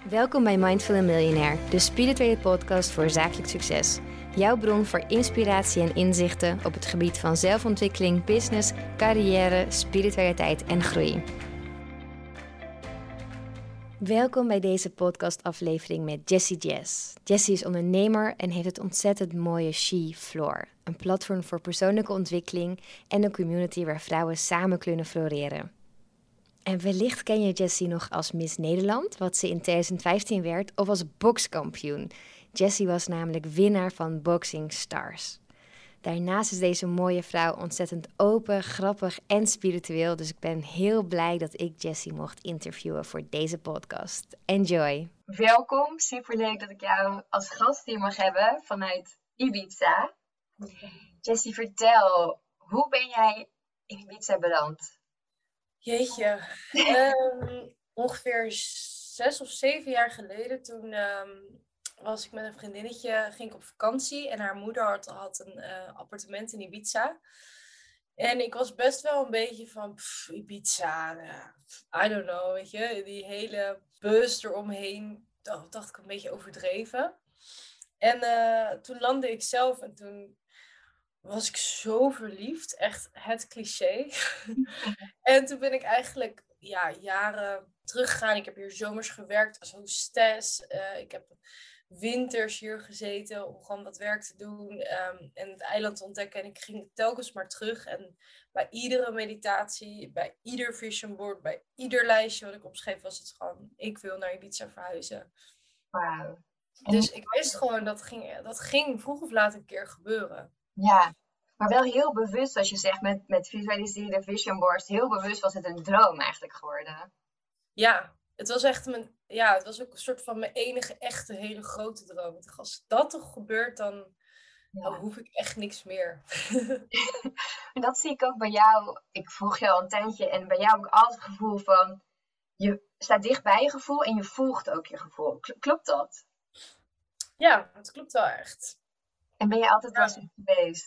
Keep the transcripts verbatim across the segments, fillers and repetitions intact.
Welkom bij Mindful and Millionaire, de spirituele podcast voor zakelijk succes. Jouw bron voor inspiratie en inzichten op het gebied van zelfontwikkeling, business, carrière, spiritualiteit en groei. Welkom bij deze podcastaflevering met Jessie Jess. Jessie is ondernemer en heeft het ontzettend mooie She Floor. Een platform voor persoonlijke ontwikkeling en een community waar vrouwen samen kunnen floreren. En wellicht ken je Jessie nog als Miss Nederland, wat ze in twintig vijftien werd, of als bokskampioen. Jessie was namelijk winnaar van Boxing Stars. Daarnaast is deze mooie vrouw ontzettend open, grappig en spiritueel. Dus ik ben heel blij dat ik Jessie mocht interviewen voor deze podcast. Enjoy! Welkom, superleuk dat ik jou als gast hier mag hebben vanuit Ibiza. Jessie, vertel, hoe ben jij in Ibiza beland? Jeetje, um, ongeveer zes of zeven jaar geleden, toen um, was ik met een vriendinnetje, ging ik op vakantie en haar moeder had, had een uh, appartement in Ibiza. En ik was best wel een beetje van, pff, Ibiza, uh, I don't know, weet je, die hele bus eromheen, oh, dacht ik een beetje overdreven. En uh, toen landde ik zelf en toen was ik zo verliefd, echt het cliché. En toen ben ik eigenlijk ja, jaren teruggegaan. Ik heb hier zomers gewerkt als hostess. Uh, ik heb winters hier gezeten om gewoon wat werk te doen um, en het eiland te ontdekken. En ik ging telkens maar terug. En bij iedere meditatie, bij ieder vision board, bij ieder lijstje wat ik opschreef, was het gewoon, ik wil naar Ibiza verhuizen. Wauw. Dus ik wist gewoon, dat ging, dat ging vroeg of laat een keer gebeuren. Ja, maar wel heel bewust, als je zegt, met, met visualiseren, vision boards, heel bewust was het een droom eigenlijk geworden. Ja, het was echt mijn, ja, het was ook een soort van mijn enige echte hele grote droom. Ik dacht, als dat toch gebeurt, dan, ja. dan hoef ik echt niks meer. En dat zie ik ook bij jou. Ik volg jou al een tijdje en bij jou heb ik altijd het gevoel van, je staat dicht bij je gevoel en je volgt ook je gevoel. Klopt dat? Ja, dat klopt wel echt. En ben je altijd wel zo geweest?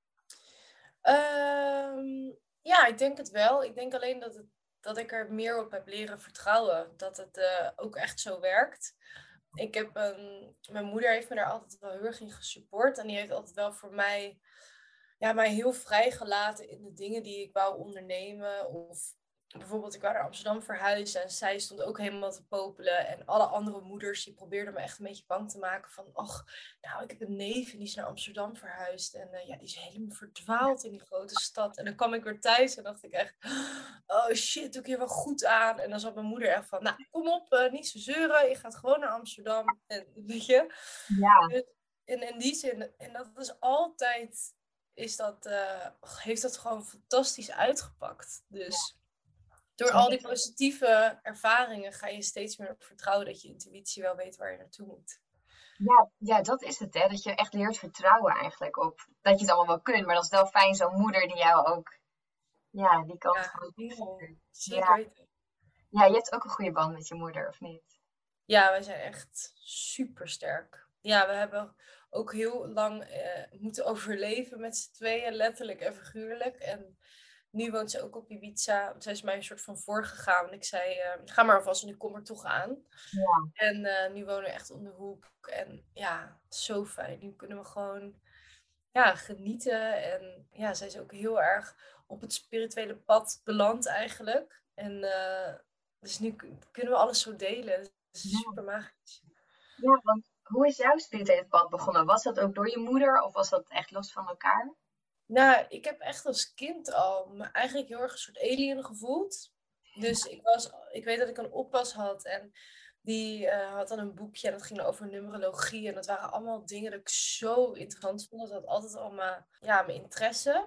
Um, ja, ik denk het wel. Ik denk alleen dat, het, dat ik er meer op heb leren vertrouwen. Dat het uh, ook echt zo werkt. Ik heb een, mijn moeder heeft me daar altijd wel heel erg in gesupport. En die heeft altijd wel voor mij, ja, mij heel vrijgelaten in de dingen die ik wou ondernemen. Of bijvoorbeeld, ik wou naar Amsterdam verhuizen en zij stond ook helemaal te popelen. En alle andere moeders, die probeerden me echt een beetje bang te maken van, ach, nou, ik heb een neef en die is naar Amsterdam verhuisd. En uh, ja, die is helemaal verdwaald in die grote stad. En dan kwam ik weer thuis en dacht ik echt, oh shit, doe ik hier wel goed aan? En dan zat mijn moeder echt van, nou, kom op, uh, niet zo zeuren, je gaat gewoon naar Amsterdam. En weet je? Ja. Dus in, in die zin, en dat is altijd, is dat, uh, heeft dat gewoon fantastisch uitgepakt. Dus door al die positieve ervaringen ga je steeds meer op vertrouwen dat je intuïtie wel weet waar je naartoe moet. Ja, ja, dat is het, hè. Dat je echt leert vertrouwen eigenlijk op dat je het allemaal wel kunt. Maar dat is wel fijn, zo'n moeder die jou ook, ja, die kan het Ja, gewoon. heel, zeker Ja. weten. Ja, je hebt ook een goede band met je moeder, of niet? Ja, wij zijn echt super sterk. Ja, we hebben ook heel lang uh, moeten overleven met z'n tweeën, letterlijk en figuurlijk. En nu woont ze ook op Ibiza. Zij is mij een soort van voorgegaan. Ik zei, uh, ga maar alvast en ik kom er toch aan. Ja. En uh, nu wonen we echt om de hoek. En ja, zo fijn. Nu kunnen we gewoon ja, genieten. En ja, zij is ook heel erg op het spirituele pad beland eigenlijk. En uh, dus nu kunnen we alles zo delen. Dat is Ja. super magisch. Ja, want hoe is jouw spirituele pad begonnen? Was dat ook door je moeder of was dat echt los van elkaar? Nou, ik heb echt als kind al me eigenlijk heel erg een soort alien gevoeld. Dus ik, was, ik weet dat ik een oppas had en die uh, had dan een boekje en dat ging over numerologie. En dat waren allemaal dingen dat ik zo interessant vond. Dat had altijd al mijn, ja, mijn interesse.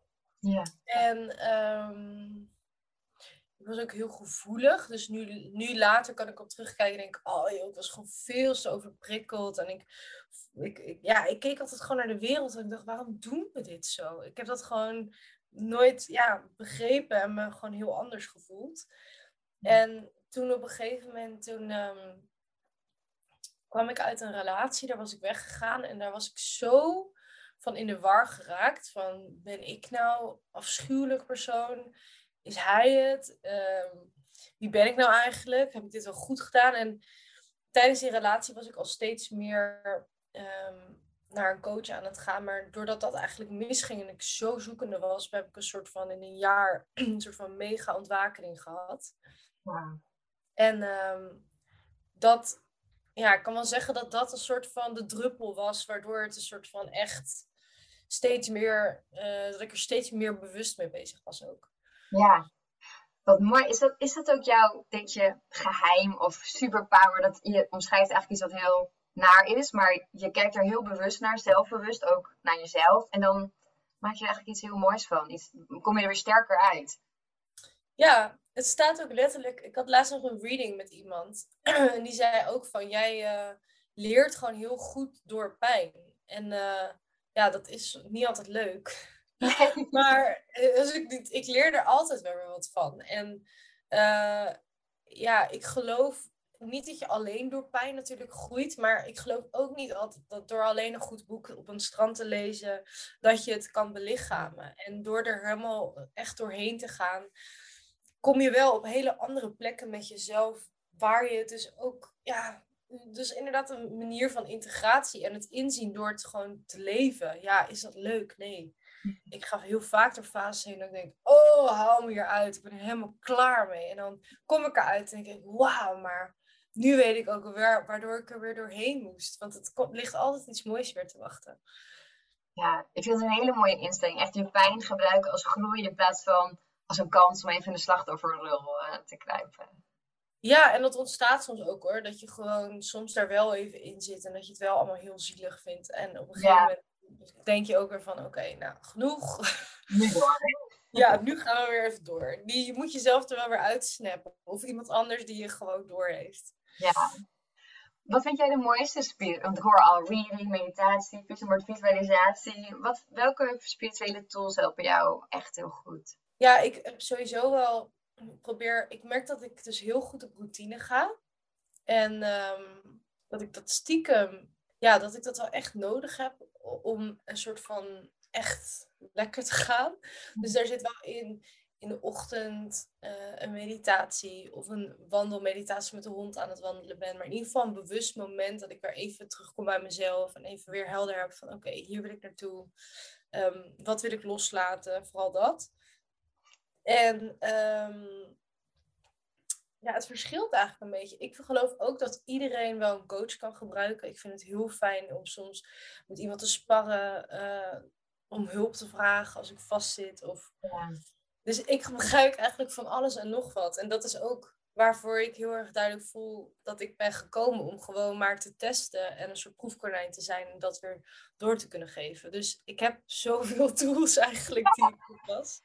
Ja. En um, ik was ook heel gevoelig. Dus nu, nu later kan ik op terugkijken en denk oh joh, ik was gewoon veel te overprikkeld. En ik, ik, ik, ja, ik keek altijd gewoon naar de wereld en ik dacht, waarom doen we dit zo? Ik heb dat gewoon nooit ja, begrepen en me gewoon heel anders gevoeld. En toen op een gegeven moment, toen um, kwam ik uit een relatie, daar was ik weggegaan en daar was ik zo van in de war geraakt. Van, ben ik nou afschuwelijk persoon? Is hij het? Um, wie ben ik nou eigenlijk? Heb ik dit wel goed gedaan? En tijdens die relatie was ik al steeds meer um, naar een coach aan het gaan. Maar doordat dat eigenlijk misging en ik zo zoekende was, heb ik een soort van in een jaar een soort van mega ontwakening gehad. Wow. En um, dat, ja, ik kan wel zeggen dat dat een soort van de druppel was, waardoor het een soort van echt steeds meer, uh, dat ik er steeds meer bewust mee bezig was ook. Ja. Wat mooi. Is dat, is dat ook jouw, denk je, geheim of superpower? Dat je omschrijft eigenlijk iets wat heel naar is, maar je kijkt er heel bewust naar, zelfbewust ook naar jezelf. En dan maak je er eigenlijk iets heel moois van. Iets, kom je er weer sterker uit. Ja, het staat ook letterlijk. Ik had laatst nog een reading met iemand. En die zei ook van, jij uh, leert gewoon heel goed door pijn. En uh, ja, dat is niet altijd leuk. Nee. Maar dus ik, ik leer er altijd wel weer wat van. En uh, ja, ik geloof niet dat je alleen door pijn natuurlijk groeit. Maar ik geloof ook niet altijd dat door alleen een goed boek op een strand te lezen, dat je het kan belichamen. En door er helemaal echt doorheen te gaan, kom je wel op hele andere plekken met jezelf. Waar je het dus ook, ja, dus inderdaad een manier van integratie en het inzien door het gewoon te leven. Ja, is dat leuk? Nee. Ik ga heel vaak door fases heen en ik denk, oh, haal me hier uit. Ik ben er helemaal klaar mee. En dan kom ik eruit en denk ik, wauw, maar nu weet ik ook weer waardoor ik er weer doorheen moest. Want het ligt altijd iets moois weer te wachten. Ja, ik vind het een hele mooie instelling. Echt je pijn gebruiken als groei in plaats van als een kans om even in de slachtofferrol uh, te kruipen. Ja, en dat ontstaat soms ook hoor. Dat je gewoon soms daar wel even in zit en dat je het wel allemaal heel zielig vindt. En op een gegeven Ja. moment denk je ook weer van, oké, okay, nou, genoeg. Nu door. Ja, nu gaan we weer even door. Die, je moet jezelf er wel weer uitsnappen. Of iemand anders die je gewoon door heeft. Ja. Wat vind jij de mooiste spirituele? Want ik hoor al reading, meditatie, visualisatie. Wat, welke spirituele tools helpen jou echt heel goed? Ja, ik heb sowieso wel probeer. Ik merk dat ik dus heel goed op routine ga. En um, dat ik dat stiekem, ja, dat ik dat wel echt nodig heb om een soort van echt lekker te gaan. Dus daar zit wel in, in de ochtend uh, een meditatie of een wandelmeditatie met de hond aan het wandelen ben. Maar in ieder geval een bewust moment dat ik weer even terugkom bij mezelf en even weer helder heb van oké, okay, hier wil ik naartoe. Um, wat wil ik loslaten? Vooral dat. En um, ja, het verschilt eigenlijk een beetje. Ik geloof ook dat iedereen wel een coach kan gebruiken. Ik vind het heel fijn om soms met iemand te sparren, uh, om hulp te vragen als ik vastzit. Of... Ja. Dus ik gebruik eigenlijk van alles en nog wat. En dat is ook waarvoor ik heel erg duidelijk voel dat ik ben gekomen om gewoon maar te testen en een soort proefkonijn te zijn en dat weer door te kunnen geven. Dus ik heb zoveel tools eigenlijk die ik toepas.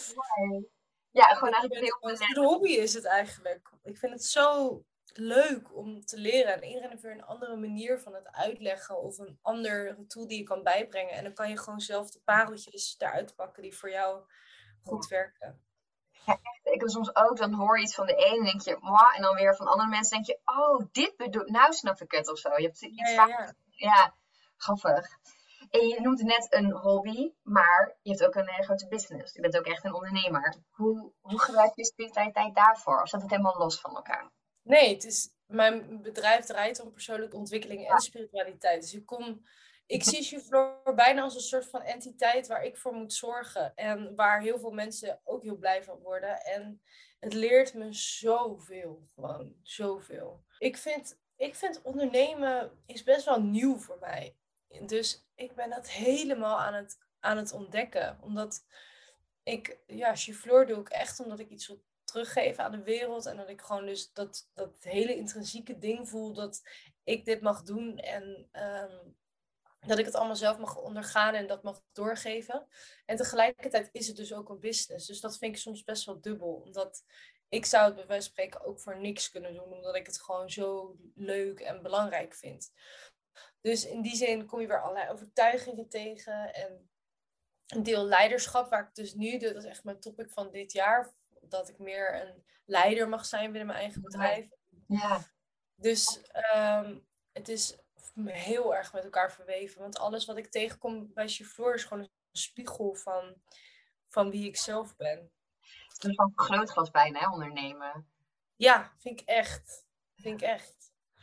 Ja, gewoon eigenlijk heel belangrijk. Een hobby is het eigenlijk. Ik vind het zo leuk om te leren. En iedereen heeft weer een andere manier van het uitleggen. Of een ander tool die je kan bijbrengen. En dan kan je gewoon zelf de pareltjes eruit pakken die voor jou goed ja. werken. Ja, echt. Ik heb soms ook, dan hoor je iets van de een en denk je, wow, en dan weer van andere mensen denk je, oh, dit bedoel, nou snap ik het of zo. Je hebt iets ja, ja, ja. ja, grappig. En je noemde net een hobby, maar je hebt ook een hele grote business. Je bent ook echt een ondernemer. Hoe, hoe gebruik je spiritualiteit daarvoor? Of staat het helemaal los van elkaar? Nee, het is, mijn bedrijf draait om persoonlijke ontwikkeling en spiritualiteit. Dus ik kom, ik zie Chiflor bijna als een soort van entiteit waar ik voor moet zorgen. En waar heel veel mensen ook heel blij van worden. En het leert me zoveel, gewoon zoveel. Ik vind, ik vind ondernemen is best wel nieuw voor mij. Dus ik ben dat helemaal aan het, aan het ontdekken. Omdat ik, ja, Chiflor doe ik echt omdat ik iets wil teruggeven aan de wereld. En dat ik gewoon dus dat, dat hele intrinsieke ding voel dat ik dit mag doen. En um, dat ik het allemaal zelf mag ondergaan en dat mag doorgeven. En tegelijkertijd is het dus ook een business. Dus dat vind ik soms best wel dubbel. Omdat ik zou het bij wijze van spreken ook voor niks kunnen doen. Omdat ik het gewoon zo leuk en belangrijk vind. Dus in die zin kom je weer allerlei overtuigingen tegen. En een deel leiderschap, waar ik dus nu, dat is echt mijn topic van dit jaar. Dat ik meer een leider mag zijn binnen mijn eigen bedrijf. Ja. Dus um, het is heel erg met elkaar verweven. Want alles wat ik tegenkom bij Chiflor is gewoon een spiegel van, van wie ik zelf ben. Het is van vergrootglas bijna, hè, ondernemen. Ja, vind ik echt. Vind ik echt.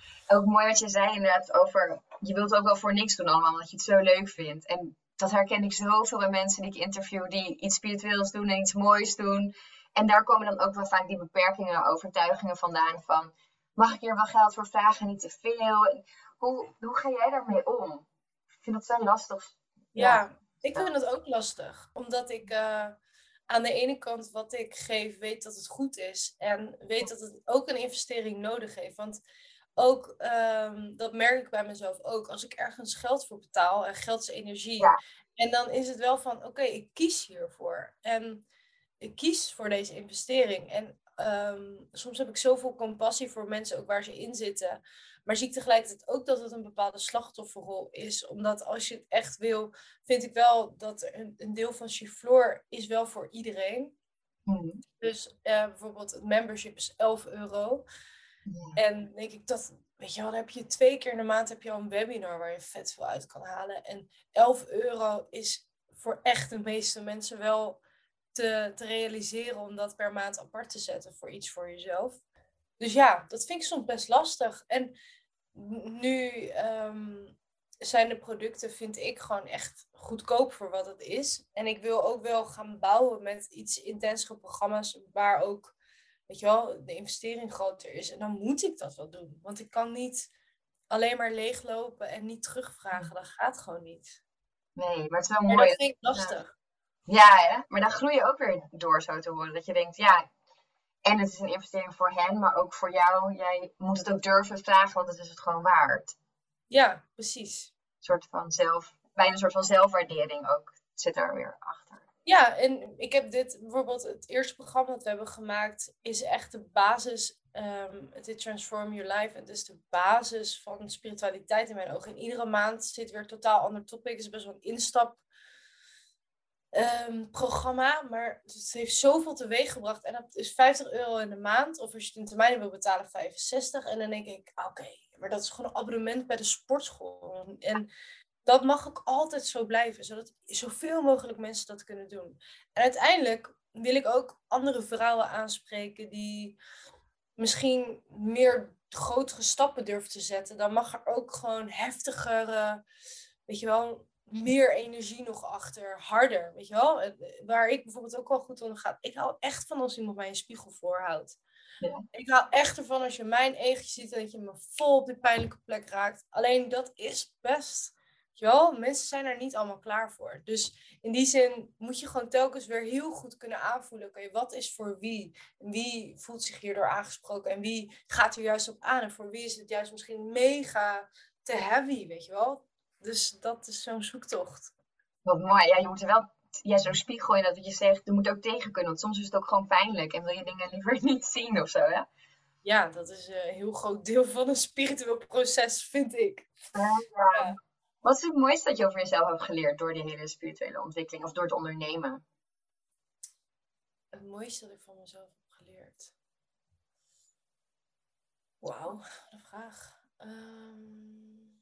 Ook mooi wat je zei inderdaad over, je wilt ook wel voor niks doen allemaal, omdat je het zo leuk vindt. En dat herken ik zoveel bij mensen die ik interview, die iets spiritueels doen en iets moois doen. En daar komen dan ook wel vaak die beperkingen, overtuigingen vandaan van, mag ik hier wel geld voor vragen, niet te veel? Hoe, hoe ga jij daarmee om? Ik vind dat zo lastig. Ja, Ja, ik vind het ook lastig. Omdat ik uh, aan de ene kant wat ik geef, weet dat het goed is. En weet dat het ook een investering nodig heeft. Want ook, um, dat merk ik bij mezelf ook. Als ik ergens geld voor betaal, en geld is energie. ja, En dan is het wel van, oké, okay, ik kies hiervoor. En ik kies voor deze investering. En um, soms heb ik zoveel compassie voor mensen, ook waar ze in zitten. Maar zie ik tegelijkertijd ook dat het een bepaalde slachtofferrol is. Omdat als je het echt wil, vind ik wel dat een, een deel van Chiflor is wel voor iedereen. hmm. Dus uh, bijvoorbeeld het membership is elf euro. Ja. En denk ik dat, weet je wel, dan heb je twee keer in de maand heb je al een webinar waar je vet veel uit kan halen. En elf euro is voor echt de meeste mensen wel te, te realiseren om dat per maand apart te zetten voor iets voor jezelf. Dus ja, dat vind ik soms best lastig. En nu um, zijn de producten, vind ik, gewoon echt goedkoop voor wat het is. En ik wil ook wel gaan bouwen met iets intensere programma's waar ook, weet je wel, de investering groter is. En dan moet ik dat wel doen. Want ik kan niet alleen maar leeglopen en niet terugvragen. Dat gaat gewoon niet. Nee, maar het is wel Maar mooi. dat vind ik lastig. Ja, hè? Maar dan groei je ook weer door zo te horen. Dat je denkt, ja, en het is een investering voor hen, maar ook voor jou. Jij moet het ook durven vragen, want het is het gewoon waard. Ja, precies. Een soort van zelf, bijna een soort van zelfwaardering ook zit daar weer achter. Ja, en ik heb dit, bijvoorbeeld het eerste programma dat we hebben gemaakt, is echt de basis. Um, het is Transform Your Life. En het is de basis van spiritualiteit in mijn ogen. En iedere maand zit weer een totaal ander topic. Het is best wel een instap um, programma. Maar het heeft zoveel teweeg gebracht. En dat is vijftig euro in de maand. Of als je het in termijnen wil betalen, vijfenzestig. En dan denk ik, oké, okay, maar dat is gewoon een abonnement bij de sportschool. En dat mag ook altijd zo blijven, zodat zoveel mogelijk mensen dat kunnen doen. En uiteindelijk wil ik ook andere vrouwen aanspreken die misschien meer grotere stappen durven te zetten. Dan mag er ook gewoon heftiger, uh, weet je wel, meer energie nog achter, harder, weet je wel. Waar ik bijvoorbeeld ook wel goed onder ga. Ik hou echt van als iemand mij een spiegel voorhoudt. Ja. Ik hou echt ervan als je mijn eegje ziet en dat je me vol op die pijnlijke plek raakt. Alleen dat is best... Ja, mensen zijn er niet allemaal klaar voor. Dus in die zin moet je gewoon telkens weer heel goed kunnen aanvoelen. Oké, wat is voor wie? En wie voelt zich hierdoor aangesproken? En wie gaat er juist op aan? En voor wie is het juist misschien mega te heavy, weet je wel? Dus dat is zo'n zoektocht. Wat mooi. Ja, je moet er wel... Ja, zo'n spiegel in dat wat je zegt, er moet ook tegen kunnen. Want soms is het ook gewoon pijnlijk. En wil je dingen liever niet zien of zo, hè? Ja, dat is een heel groot deel van een spiritueel proces, vind ik. Ja, ja. Wat is het mooiste dat je over jezelf hebt geleerd door die hele spirituele ontwikkeling of door het ondernemen? Het mooiste dat ik van mezelf heb geleerd. Wauw, wat een vraag. Um...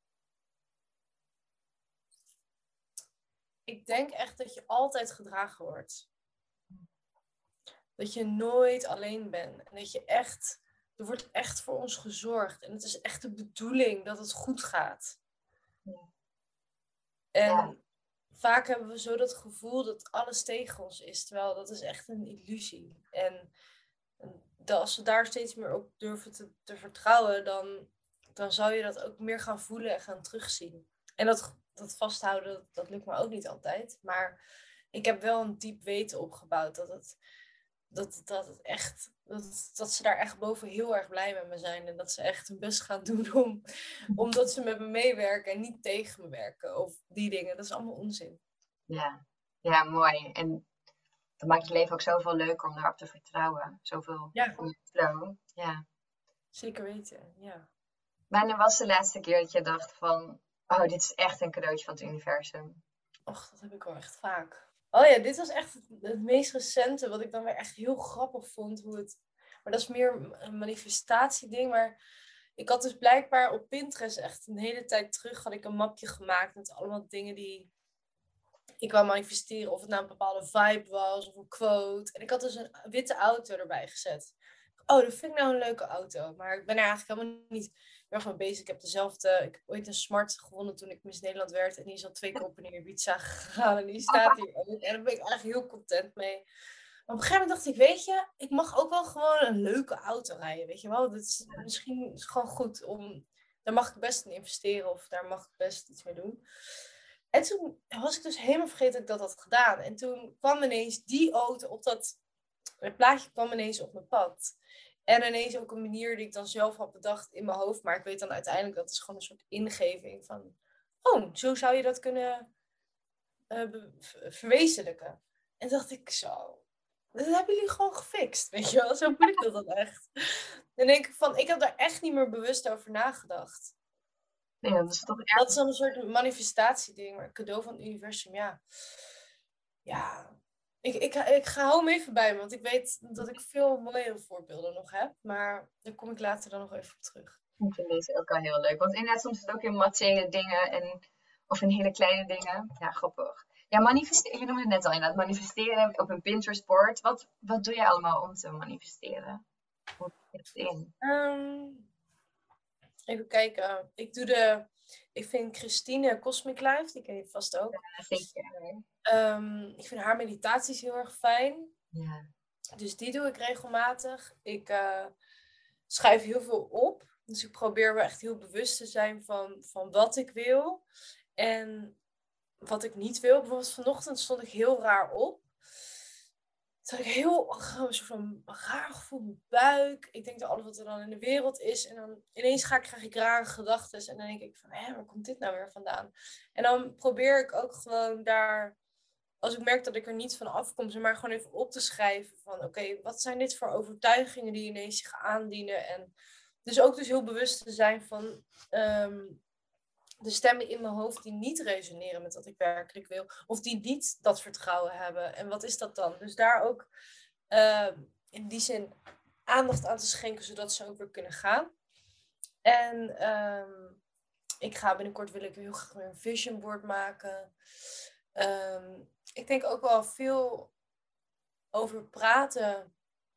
Ik denk echt dat je altijd gedragen wordt. Dat je nooit alleen bent. En dat je echt, er wordt echt voor ons gezorgd. En het is echt de bedoeling dat het goed gaat. Ja. En ja. Vaak hebben we zo dat gevoel dat alles tegen ons is. Terwijl dat is echt een illusie. En dat als we daar steeds meer op durven te, te vertrouwen, dan, dan zou je dat ook meer gaan voelen en gaan terugzien. En dat, dat vasthouden, dat, dat lukt me ook niet altijd. Maar ik heb wel een diep weten opgebouwd dat het, dat, dat het echt, dat, dat ze daar echt boven heel erg blij met me zijn. En dat ze echt hun best gaan doen om, omdat ze met me meewerken en niet tegen me werken. Of die dingen. Dat is allemaal onzin. Ja, ja, mooi. En dat maakt je leven ook zoveel leuker om daarop te vertrouwen. Zoveel ja. flow. Ja. Zeker weten, ja. Wanneer was de laatste keer dat je dacht van, oh, dit is echt een cadeautje van het universum? Och, dat heb ik wel echt vaak. Oh ja, dit was echt het, het meest recente, wat ik dan weer echt heel grappig vond. Hoe het, maar dat is meer een manifestatieding. Maar ik had dus blijkbaar op Pinterest echt een hele tijd terug had ik een mapje gemaakt met allemaal dingen die ik wou manifesteren. Of het nou een bepaalde vibe was of een quote. En ik had dus een witte auto erbij gezet. oh, dat vind ik nou een leuke auto. Maar ik ben er eigenlijk helemaal niet heel erg mee bezig. Ik heb dezelfde, ik heb ooit een Smart gewonnen toen ik Miss Nederland werd. En die is al twee keer op en neer Ibiza gegaan. En die staat hier ook. En daar ben ik eigenlijk heel content mee. Maar op een gegeven moment dacht ik, weet je, ik mag ook wel gewoon een leuke auto rijden. Weet je wel, dat is misschien is gewoon goed om, daar mag ik best in investeren. Of daar mag ik best iets mee doen. En toen was ik dus helemaal vergeten dat ik dat had gedaan. En toen kwam ineens die auto op dat, het plaatje kwam ineens op mijn pad. En ineens ook een manier die ik dan zelf had bedacht in mijn hoofd. Maar ik weet dan uiteindelijk dat is gewoon een soort ingeving van, oh, zo zou je dat kunnen uh, be- verwezenlijken. En dacht ik, zo, dat hebben jullie gewoon gefixt, weet je wel. Zo voel ik dat dan echt. Dan denk ik van, ik heb daar echt niet meer bewust over nagedacht. Nee, dat is toch erg. Dat is dan een soort manifestatieding, maar een cadeau van het universum, ja. Ja, ik, ik, ik ga hou hem even bij me, want ik weet dat ik veel mooie voorbeelden nog heb. Maar daar kom ik later dan nog even op terug. Ik vind deze ook wel heel leuk. Want inderdaad, soms is het ook in materiële dingen en, of in hele kleine dingen. Ja, grappig. Ja, manifesteren, je noemde het net al inderdaad, manifesteren op een Pinterest board. Wat, wat doe je allemaal om te manifesteren? Hoe zit het in? Um, even kijken. Ik doe de, ik vind Christine Cosmic Life, die ken je vast ook. Ja, zeker. Um, ik vind haar meditaties heel erg fijn. Ja. Dus die doe ik regelmatig. Ik uh, schrijf heel veel op. Dus ik probeer wel echt heel bewust te zijn van, van wat ik wil. En wat ik niet wil. Bijvoorbeeld vanochtend stond ik heel raar op. Toen had ik heel een soort van raar gevoel in mijn buik. Ik denk dat alles wat er dan in de wereld is. En dan ineens ga ik, krijg ik rare gedachten. En dan denk ik van, hé, waar komt dit nou weer vandaan? En dan probeer ik ook gewoon daar, als ik merk dat ik er niet van afkom, ze maar gewoon even op te schrijven van, oké, okay, wat zijn dit voor overtuigingen die ineens zich aandienen? En dus ook dus heel bewust te zijn van um, de stemmen in mijn hoofd die niet resoneren met wat ik werkelijk wil. Of die niet dat vertrouwen hebben. En wat is dat dan? Dus daar ook uh, in die zin aandacht aan te schenken, zodat ze ook weer kunnen gaan. En um, ik ga binnenkort, wil ik heel graag weer een vision board maken. Um, ik denk ook wel veel over praten.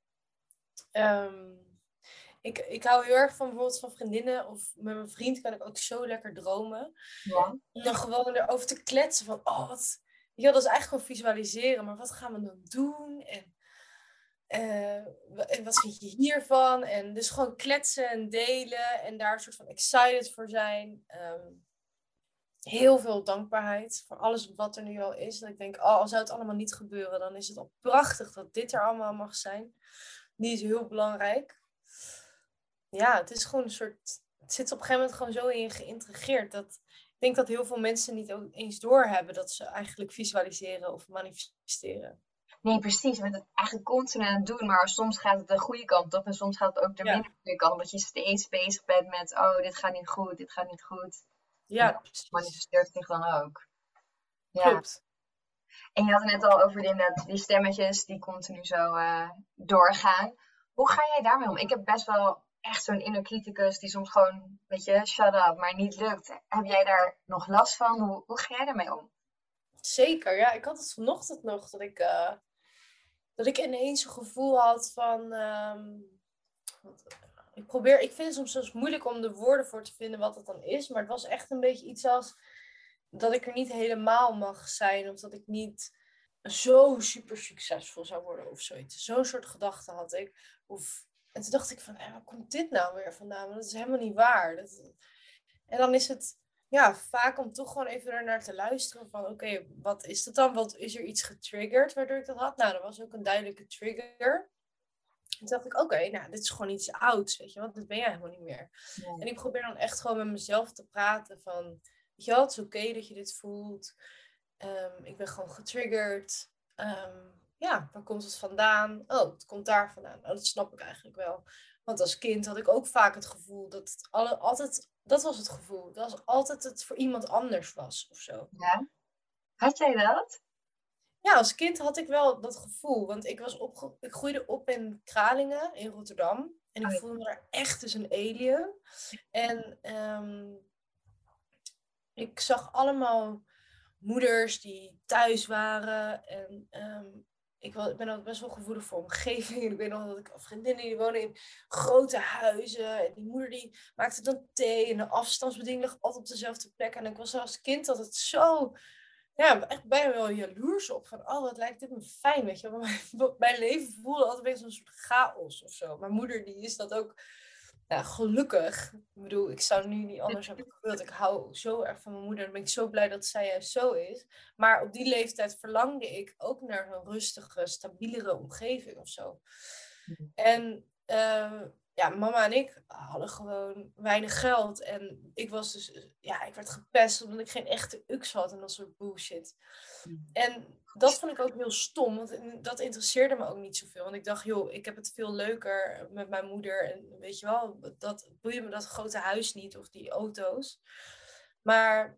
Um, ik, ik hou heel erg van bijvoorbeeld van vriendinnen of met mijn vriend kan ik ook zo lekker dromen. Ja. Om dan gewoon erover te kletsen van, oh wat, ja, dat is eigenlijk gewoon visualiseren, maar wat gaan we dan doen? En, uh, en wat vind je hiervan? En dus gewoon kletsen en delen en daar een soort van excited voor zijn. Um, heel veel dankbaarheid voor alles wat er nu al is. Dat ik denk, oh, al zou het allemaal niet gebeuren, dan is het al prachtig dat dit er allemaal mag zijn. Die is heel belangrijk. Ja, het is gewoon een soort, het zit op een gegeven moment gewoon zo in je geïntegreerd. Dat, ik denk dat heel veel mensen niet ook eens doorhebben dat ze eigenlijk visualiseren of manifesteren. Nee, precies. Je bent het eigenlijk continu aan het doen, maar soms gaat het de goede kant op en soms gaat het ook de Ja. minder goede kant. Omdat je steeds bezig bent met, oh, dit gaat niet goed, dit gaat niet goed. Ja, en precies. manifesteert zich dan ook. Ja. Klopt. En je had het net al over die, die stemmetjes die continu zo uh, doorgaan. Hoe ga jij daarmee om? Ik heb best wel echt zo'n inner criticus die soms gewoon, weet je, shut up, maar niet lukt. Heb jij daar nog last van? Hoe, hoe ga jij daarmee om? Zeker, ja. Ik had het vanochtend nog dat ik, uh, dat ik ineens een gevoel had van... Um, wat, ik, probeer, ik vind het soms, soms moeilijk om de woorden voor te vinden wat het dan is. Maar het was echt een beetje iets als dat ik er niet helemaal mag zijn. Of dat ik niet zo super succesvol zou worden of zoiets. Zo'n soort gedachte had ik. Of, en toen dacht ik van, hé, waar komt dit nou weer vandaan? Want dat is helemaal niet waar. Dat, en dan is het ja, vaak om toch gewoon even ernaar te luisteren van, oké, okay, wat is dat dan? Wat is er iets getriggerd waardoor ik dat had? Nou, dat was ook een duidelijke trigger. En toen dacht ik, oké, okay, nou, dit is gewoon iets ouds, weet je, want dit ben jij helemaal niet meer. Nee. En ik probeer dan echt gewoon met mezelf te praten van, weet je wel, het is oké okay dat je dit voelt. Um, ik ben gewoon getriggerd. Um, ja, waar komt het vandaan? Oh, het komt daar vandaan. Oh, dat snap ik eigenlijk wel. Want als kind had ik ook vaak het gevoel dat het alle, altijd, dat was het gevoel. Dat was altijd het voor iemand anders was of zo. Ja? Had jij dat? Ja, als kind had ik wel dat gevoel. Want ik, was opge- ik groeide op in Kralingen, in Rotterdam. En ik Oh ja. voelde me daar echt als een alien. En um, ik zag allemaal moeders die thuis waren. En um, ik, wel, ik ben ook best wel gevoelig voor omgeving. En ik weet nog dat ik vriendinnen die wonen in grote huizen. En die moeder die maakte dan thee. En de afstandsbediening lag altijd op dezelfde plek. En ik was als kind altijd zo... Ja, echt bijna wel jaloers op. Van, oh, wat lijkt dit me fijn, weet je wel. Mijn, mijn leven voelde altijd een beetje zo'n soort chaos of zo. Mijn moeder, die is dat ook... Ja, gelukkig. Ik bedoel, ik zou nu niet anders hebben gewild. Ik hou zo erg van mijn moeder. En ben ik zo blij dat zij juist zo is. Maar op die leeftijd verlangde ik ook naar een rustige, stabielere omgeving of zo. En uh, ja, mama en ik hadden gewoon weinig geld. En ik was dus, ja, ik werd gepest omdat ik geen echte uks had en dat soort bullshit. En dat vond ik ook heel stom, want dat interesseerde me ook niet zoveel. Want ik dacht, joh, ik heb het veel leuker met mijn moeder. En weet je wel, dat boeide me dat grote huis niet of die auto's. Maar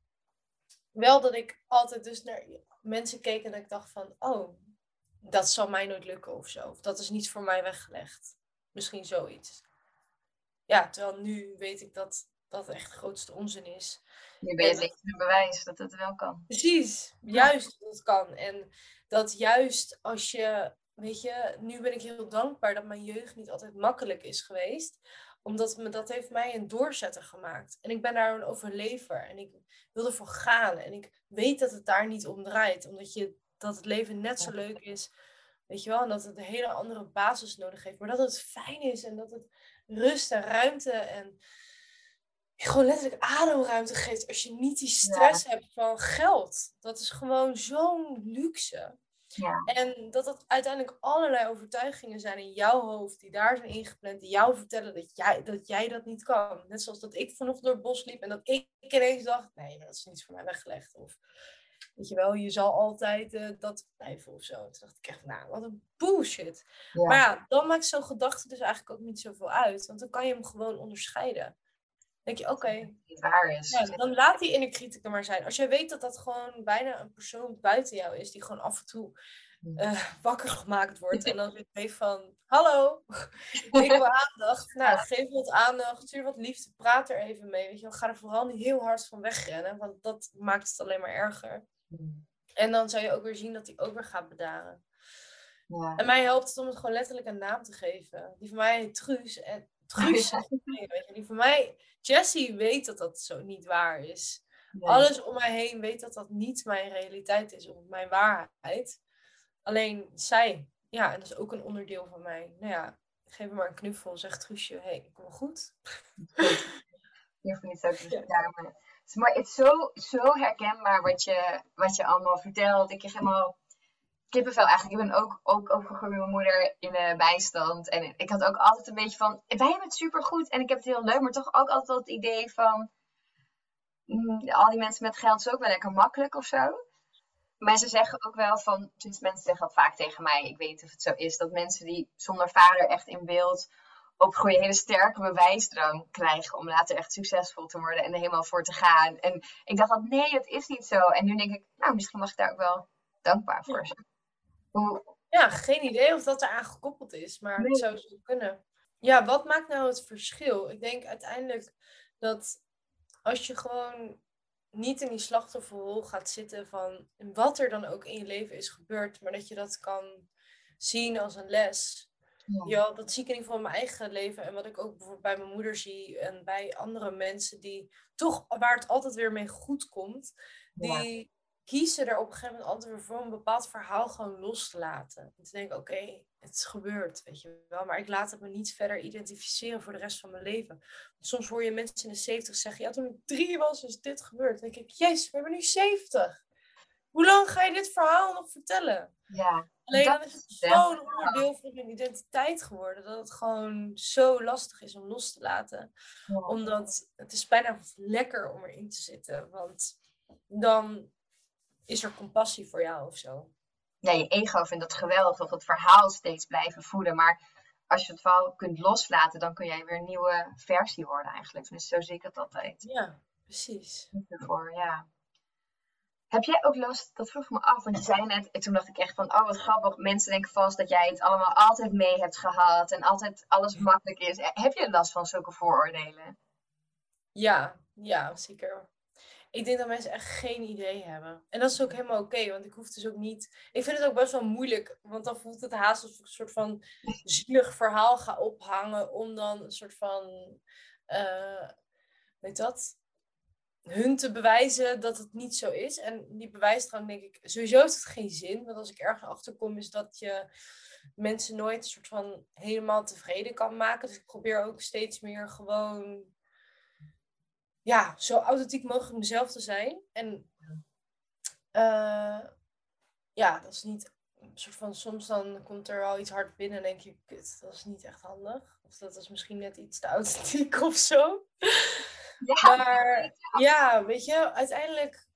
wel dat ik altijd dus naar mensen keek en dat ik dacht van, oh, dat zal mij nooit lukken of zo. Of dat is niet voor mij weggelegd. Misschien zoiets. Ja, terwijl nu weet ik dat dat echt de grootste onzin is. Nu ben je het levende bewijs dat het wel kan. Precies, juist dat het kan. En dat juist als je, weet je, nu ben ik heel dankbaar dat mijn jeugd niet altijd makkelijk is geweest. Omdat me, dat heeft mij een doorzetter gemaakt. En ik ben daar een overlever. En ik wil ervoor gaan. En ik weet dat het daar niet om draait. Omdat je, dat het leven net zo leuk is. Weet je wel, en dat het een hele andere basis nodig heeft. Maar dat het fijn is en dat het rust en ruimte en gewoon letterlijk ademruimte geeft als je niet die stress ja. hebt van geld. Dat is gewoon zo'n luxe. Ja. En dat het uiteindelijk allerlei overtuigingen zijn in jouw hoofd die daar zijn ingepland, die jou vertellen dat jij dat, jij dat niet kan. Net zoals dat ik vanochtend door het bos liep en dat ik ineens dacht, nee, dat is niet voor mij weggelegd. Of weet je wel, je zal altijd uh, dat blijven of zo. Toen dacht ik echt, nou, wat een bullshit. Ja. Maar ja, dan maakt zo'n gedachte dus eigenlijk ook niet zoveel uit. Want dan kan je hem gewoon onderscheiden. Dan denk je, oké, okay, waar is. Ja, dan laat die inner criticus maar zijn. Als jij weet dat dat gewoon bijna een persoon buiten jou is, die gewoon af en toe uh, wakker gemaakt wordt. En dan zit je van, hallo, ik wil aandacht. Nou, geef wat aandacht, stuur wat liefde, praat er even mee. Weet je, ga er vooral niet heel hard van wegrennen, want dat maakt het alleen maar erger. En dan zou je ook weer zien dat hij ook weer gaat bedaren. Ja. En mij helpt het om het gewoon letterlijk een naam te geven. Die van mij heet Truus. En Truus, weet je, die van mij... Jessie weet dat dat zo niet waar is. Nee. Alles om mij heen weet dat dat niet mijn realiteit is. Of mijn waarheid. Alleen zij. Ja, en dat is ook een onderdeel van mij. Nou ja, geef me maar een knuffel. Zeg Truusje, hé, hey, ik kom goed. Je hoeft niet zo te vertellen. Maar het is zo, zo herkenbaar wat je, wat je allemaal vertelt. Ik kreeg helemaal kippenvel eigenlijk. Ik ben ook, ook overgegroeid met mijn moeder in de bijstand. En ik had ook altijd een beetje van, wij hebben het supergoed en ik heb het heel leuk. Maar toch ook altijd wel het idee van, mm, al die mensen met geld is ook wel lekker makkelijk of zo. Maar ze zeggen ook wel van, dus mensen zeggen dat vaak tegen mij. Ik weet niet of het zo is. Dat mensen die zonder vader echt in beeld opgroeien, hele sterke bewijsdrang krijgen om later echt succesvol te worden en er helemaal voor te gaan. En ik dacht dat nee, dat is niet zo. En nu denk ik, nou, misschien mag ik daar ook wel dankbaar voor zijn. Hoe... Ja, geen idee of dat eraan gekoppeld is, maar nee. Het zou zo kunnen. Ja, wat maakt nou het verschil? Ik denk uiteindelijk dat als je gewoon niet in die slachtofferrol gaat zitten van wat er dan ook in je leven is gebeurd, maar dat je dat kan zien als een les. Ja. Ja, dat zie ik in ieder geval in mijn eigen leven en wat ik ook bijvoorbeeld bij mijn moeder zie en bij andere mensen die toch, waar het altijd weer mee goed komt, die ja. kiezen er op een gegeven moment altijd weer voor een bepaald verhaal gewoon los te laten. En te denken, oké, okay, het is gebeurd, weet je wel, maar ik laat het me niet verder identificeren voor de rest van mijn leven. Want soms hoor je mensen in de zeventig zeggen, ja, toen ik drie was, is dit gebeurd. Dan denk ik, jezus, we hebben nu zeventig. Hoe lang ga je dit verhaal nog vertellen? Ja. Alleen dan is het zo'n onderdeel van hun identiteit geworden, dat het gewoon zo lastig is om los te laten. Ja. Omdat het is bijna lekker om erin te zitten, want dan is er compassie voor jou of zo. Ja, je ego vindt het geweldig of het verhaal steeds blijven voeden, maar als je het verhaal kunt loslaten, dan kun jij weer een nieuwe versie worden eigenlijk. Dus zo zie ik het altijd. Ja, precies. Ervoor, ja. Heb jij ook last, dat vroeg me af, want je zei net, en toen dacht ik echt van, oh wat grappig, mensen denken vast dat jij het allemaal altijd mee hebt gehad en altijd alles makkelijk is. Heb je last van zulke vooroordelen? Ja, ja, zeker. Ik denk dat mensen echt geen idee hebben. En dat is ook helemaal oké, okay, want ik hoef dus ook niet... Ik vind het ook best wel moeilijk, want dan voelt het haast alsof ik een soort van zielig verhaal ga ophangen om dan een soort van... Uh, weet dat? Hun te bewijzen dat het niet zo is. En die bewijsdrang, denk ik, sowieso heeft het geen zin. Want als ik ergens achter kom, is dat je mensen nooit een soort van helemaal tevreden kan maken. Dus ik probeer ook steeds meer gewoon... ja, zo authentiek mogelijk mezelf te zijn. En uh, ja, dat is niet een soort van... Soms dan komt er al iets hard binnen en denk je, kut, dat is niet echt handig. Of dat is misschien net iets te authentiek of zo. Ja, maar ja, weet je, uiteindelijk...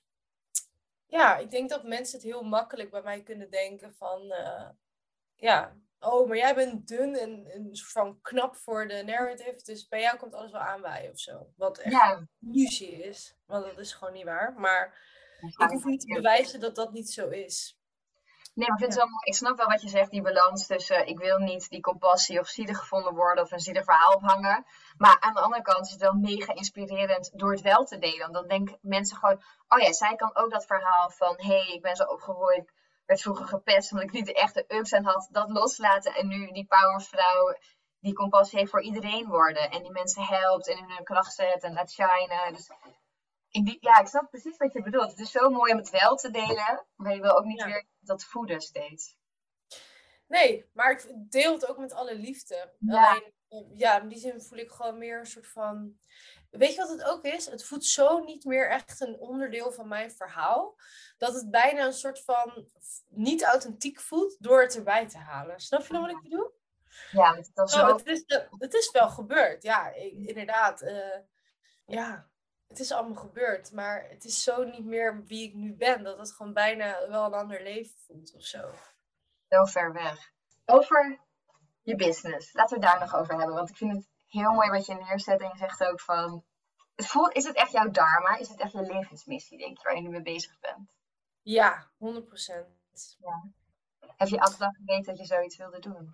Ja, ik denk dat mensen het heel makkelijk bij mij kunnen denken van... Uh, ja, oh, maar jij bent dun en een soort van knap voor de narrative. Dus bij jou komt alles wel aanwaaien of zo. Wat echt ja. een illusie is. Want dat is gewoon niet waar. Maar ik hoef niet te bewijzen dat dat niet zo is. Nee, maar ik, vind ja. het wel, ik snap wel wat je zegt, die balans tussen... ik wil niet die compassie of zielig gevonden worden of een zielig verhaal ophangen. Maar aan de andere kant is het wel mega inspirerend door het wel te delen. Dan denken mensen gewoon... oh ja, zij kan ook dat verhaal van... hé, hey, ik ben zo opgegroeid... werd vroeger gepest omdat ik niet de echte ups en had, dat loslaten. En nu die powervrouw die compassie heeft voor iedereen worden. En die mensen helpt en in hun kracht zet en laat shinen. Dus ik, ja, ik snap precies wat je bedoelt. Het is zo mooi om het wel te delen, maar je wil ook niet ja. weer dat voeden steeds. Nee, maar ik deel het ook met alle liefde. Ja. Alleen, ja, in die zin voel ik gewoon meer een soort van... Weet je wat het ook is? Het voelt zo niet meer echt een onderdeel van mijn verhaal. Dat het bijna een soort van niet authentiek voelt door het erbij te halen. Snap je nou wat ik bedoel? Ja, het is, zo... oh, het, is, het is wel gebeurd. Ja, ik, inderdaad. Uh, ja, het is allemaal gebeurd. Maar het is zo niet meer wie ik nu ben. Dat het gewoon bijna wel een ander leven voelt of zo. Zo ver weg. Over je business. Laten we het daar nog over hebben. Want ik vind het heel mooi wat je neerzet. En je zegt ook van... Het voelt, is het echt jouw dharma? Is het echt je levensmissie, denk je, waar je nu mee bezig bent? Ja, honderd procent. Ja. Heb je altijd al geweten dat je zoiets wilde doen?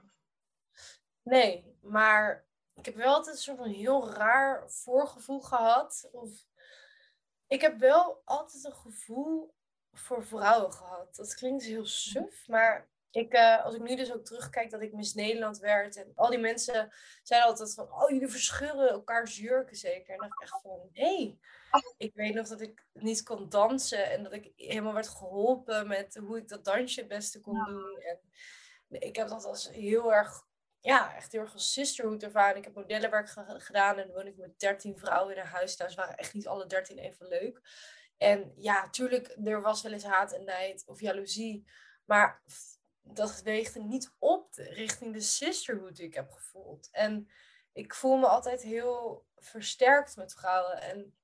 Nee, maar ik heb wel altijd een soort van heel raar voorgevoel gehad. Of... Ik heb wel altijd een gevoel voor vrouwen gehad. Dat klinkt heel suf, maar... Ik, uh, als ik nu dus ook terugkijk dat ik Miss Nederland werd. En al die mensen zeiden altijd van... Oh, jullie verscheuren elkaars jurken zeker. En dan dacht ik echt van... Hé, hey, ik weet nog dat ik niet kon dansen. En dat ik helemaal werd geholpen met hoe ik dat dansje het beste kon doen. En ik heb dat als heel erg... Ja, echt heel erg als sisterhood ervaren. Ik heb modellenwerk ge- gedaan. En dan woon ik met dertien vrouwen in een huis. Daar waren echt niet alle dertien even leuk. En ja, tuurlijk, er was wel eens haat en nijd of jaloezie. Maar... dat weegde niet op richting de sisterhood die ik heb gevoeld. En ik voel me altijd heel versterkt met vrouwen. En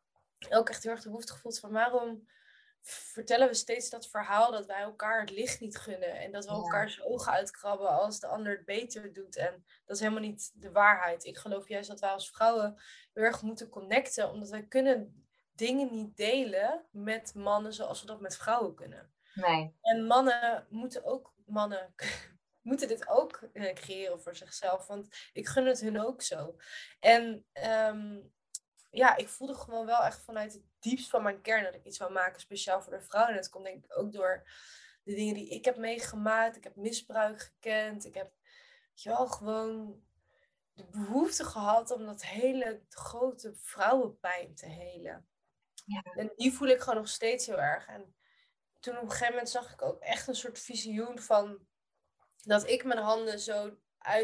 ook echt heel erg de behoefte gevoeld van... waarom vertellen we steeds dat verhaal dat wij elkaar het licht niet gunnen. En dat we ja. elkaar zijn ogen uitkrabben als de ander het beter doet. En dat is helemaal niet de waarheid. Ik geloof juist dat wij als vrouwen heel erg moeten connecten. Omdat wij kunnen dingen niet delen met mannen zoals we dat met vrouwen kunnen. Nee. En mannen moeten ook... Mannen moeten dit ook uh, creëren voor zichzelf. Want ik gun het hun ook zo. En um, ja, ik voelde gewoon wel echt vanuit het diepst van mijn kern... dat ik iets wil maken speciaal voor de vrouwen. En dat komt denk ik ook door de dingen die ik heb meegemaakt. Ik heb misbruik gekend. Ik heb weet je wel, gewoon de behoefte gehad om dat hele grote vrouwenpijn te helen. Ja. En die voel ik gewoon nog steeds heel erg. En toen op een gegeven moment zag ik ook echt een soort visioen van... dat ik mijn handen zo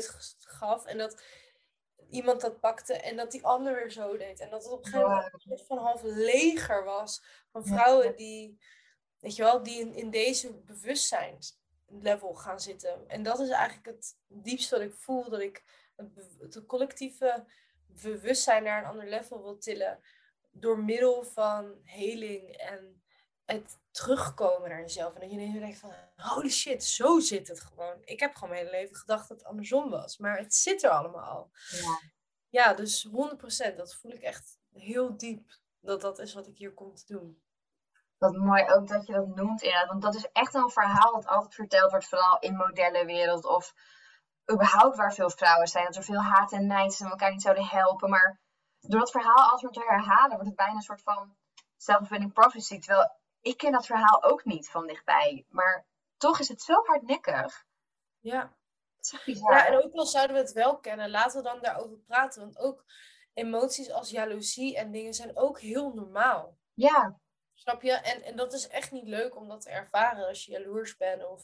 uitgaf en dat iemand dat pakte en dat die ander weer zo deed. En dat het op een gegeven moment een soort van half leger was van vrouwen die, weet je wel, die in, in deze bewustzijnslevel gaan zitten. En dat is eigenlijk het diepste wat ik voel, dat ik het, het collectieve bewustzijn naar een ander level wil tillen door middel van heling en het terugkomen naar jezelf. En dat je ineens denkt van, holy shit, zo zit het gewoon. Ik heb gewoon mijn hele leven gedacht dat het andersom was. Maar het zit er allemaal. Ja, ja dus honderd procent. Dat voel ik echt heel diep. Dat dat is wat ik hier kom te doen. Wat mooi ook dat je dat noemt inderdaad. Want dat is echt een verhaal dat altijd verteld wordt. Vooral in modellenwereld. Of überhaupt waar veel vrouwen zijn. Dat er veel haat en nijd is en elkaar niet zouden helpen. Maar door dat verhaal altijd te herhalen wordt het bijna een soort van... self-fulfilling prophecy. Terwijl ik ken dat verhaal ook niet van dichtbij. Maar toch is het zo hardnekkig. Ja. Het is echt bizar. Ja, en ook al zouden we het wel kennen, laten we dan daarover praten. Want ook emoties als jaloezie en dingen zijn ook heel normaal. Ja. Snap je? En, en dat is echt niet leuk om dat te ervaren als je jaloers bent. Of...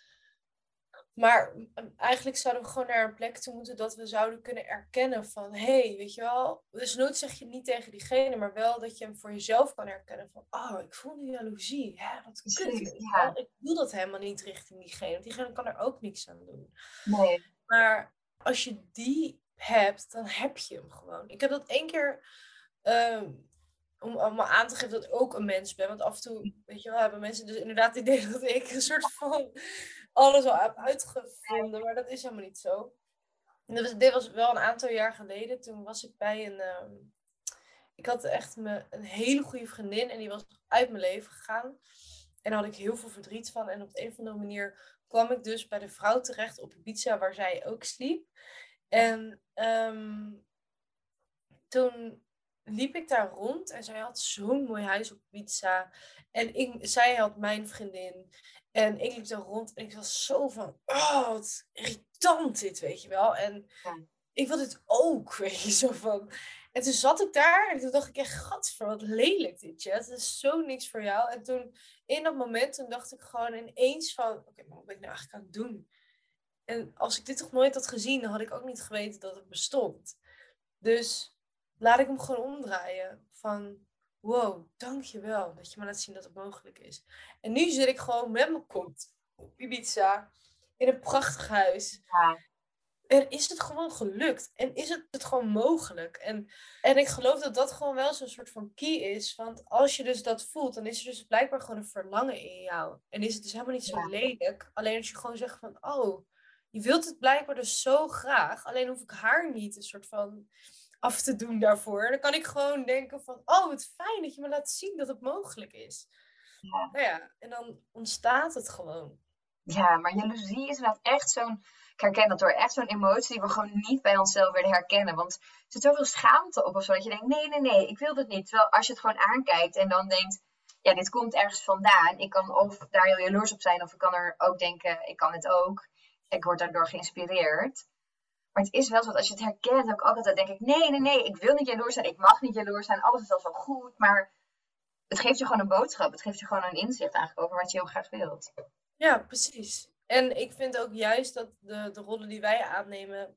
Maar eigenlijk zouden we gewoon naar een plek toe moeten dat we zouden kunnen erkennen van... Hé, hey, weet je wel, dus nooit zeg je het niet tegen diegene, maar wel dat je hem voor jezelf kan herkennen van... Oh, ik voel nu jaloezie. Hè, wat kut. Precies, Weet je ja. wel? Ik doe dat helemaal niet richting diegene, want diegene kan er ook niks aan doen. Nee. Maar als je die hebt, dan heb je hem gewoon. Ik heb dat één keer... Uh, om allemaal aan te geven dat ik ook een mens ben. Want af en toe, weet je wel, hebben mensen dus inderdaad het idee dat ik een soort van alles al heb uitgevonden. Maar dat is helemaal niet zo. En dat was, dit was wel een aantal jaar geleden. Toen was ik bij een... Um, ik had echt me, een hele goede vriendin en die was uit mijn leven gegaan. En daar had ik heel veel verdriet van. En op de een of andere manier kwam ik dus bij de vrouw terecht op Ibiza, waar zij ook sliep. En um, toen liep ik daar rond en zij had zo'n mooi huis op Ibiza. En ik, zij had mijn vriendin. En ik liep daar rond en ik was zo van, oh, wat irritant dit, weet je wel. En Ja. ik wil dit ook, weet je, zo van. En toen zat ik daar en toen dacht ik echt, gadver, wat lelijk dit, ja. Het is zo niks voor jou. En toen, in dat moment, toen dacht ik gewoon ineens van, oké, okay, maar wat ben ik nou eigenlijk aan het doen? En als ik dit toch nooit had gezien, dan had ik ook niet geweten dat het bestond. Dus laat ik hem gewoon omdraaien. Van, wow, dankjewel dat je me laat zien dat het mogelijk is. En nu zit ik gewoon met mijn kont op Ibiza. In een prachtig huis. Ja. En is het gewoon gelukt. En is het, het gewoon mogelijk. En, en ik geloof dat dat gewoon wel zo'n soort van key is. Want als je dus dat voelt, dan is er dus blijkbaar gewoon een verlangen in jou. En is het dus helemaal niet zo Ja. lelijk. Alleen als je gewoon zegt van, oh, je wilt het blijkbaar dus zo graag. Alleen hoef ik haar niet een soort van af te doen daarvoor. Dan kan ik gewoon denken van, oh, wat fijn dat je me laat zien dat het mogelijk is. Ja. Nou ja, en dan ontstaat het gewoon. Ja, maar jaloezie is inderdaad echt zo'n... Ik herken dat hoor. Echt zo'n emotie die we gewoon niet bij onszelf willen herkennen. Want er zit zoveel schaamte op of zo. Dat je denkt, nee, nee, nee, ik wil dit niet. Terwijl als je het gewoon aankijkt en dan denkt... Ja, dit komt ergens vandaan. Ik kan of daar heel jaloers op zijn. Of ik kan er ook denken, ik kan het ook. Ik word daardoor geïnspireerd. Maar het is wel zo dat als je het herkent, ook altijd denk ik... Nee, nee, nee, ik wil niet jaloers zijn. Ik mag niet jaloers zijn. Alles is al zo goed. Maar het geeft je gewoon een boodschap. Het geeft je gewoon een inzicht eigenlijk over wat je heel graag wilt. Ja, precies. En ik vind ook juist dat de, de rollen die wij aannemen,